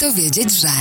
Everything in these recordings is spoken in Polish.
Warto wiedzieć, że...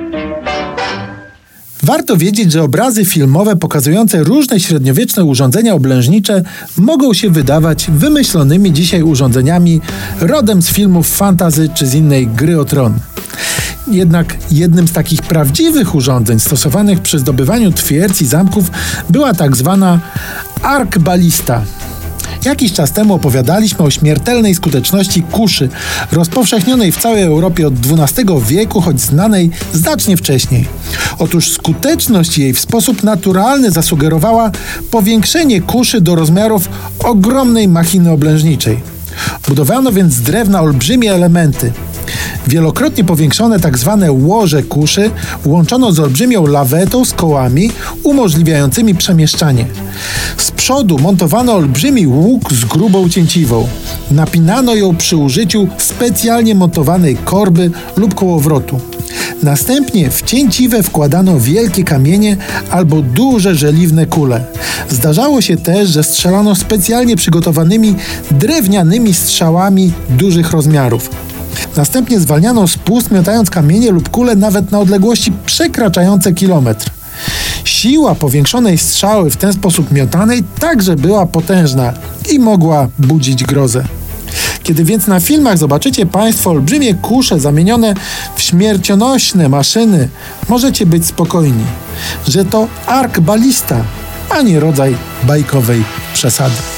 Warto wiedzieć, że obrazy filmowe pokazujące różne średniowieczne urządzenia oblężnicze mogą się wydawać wymyślonymi dzisiaj urządzeniami rodem z filmów fantasy czy z innej Gry o Tron. Jednak jednym z takich prawdziwych urządzeń stosowanych przy zdobywaniu twierdz i zamków była tak zwana arkebalista. Jakiś czas temu opowiadaliśmy o śmiertelnej skuteczności kuszy, rozpowszechnionej w całej Europie od XII wieku, choć znanej znacznie wcześniej. Otóż skuteczność jej w sposób naturalny zasugerowała powiększenie kuszy do rozmiarów ogromnej machiny oblężniczej. Budowano więc z drewna olbrzymie elementy. Wielokrotnie powiększone tak zwane łoże kuszy łączono z olbrzymią lawetą z kołami umożliwiającymi przemieszczanie. Z przodu montowano olbrzymi łuk z grubą cięciwą. Napinano ją przy użyciu specjalnie montowanej korby lub kołowrotu. Następnie w cięciwę wkładano wielkie kamienie albo duże żeliwne kule. Zdarzało się też, że strzelano specjalnie przygotowanymi drewnianymi strzałami dużych rozmiarów. Następnie zwalniano spust, miotając kamienie lub kule nawet na odległości przekraczające kilometr. Siła powiększonej strzały w ten sposób miotanej także była potężna i mogła budzić grozę. Kiedy więc na filmach zobaczycie Państwo olbrzymie kusze zamienione w śmiercionośne maszyny, możecie być spokojni, że to arkebalista, a nie rodzaj bajkowej przesady.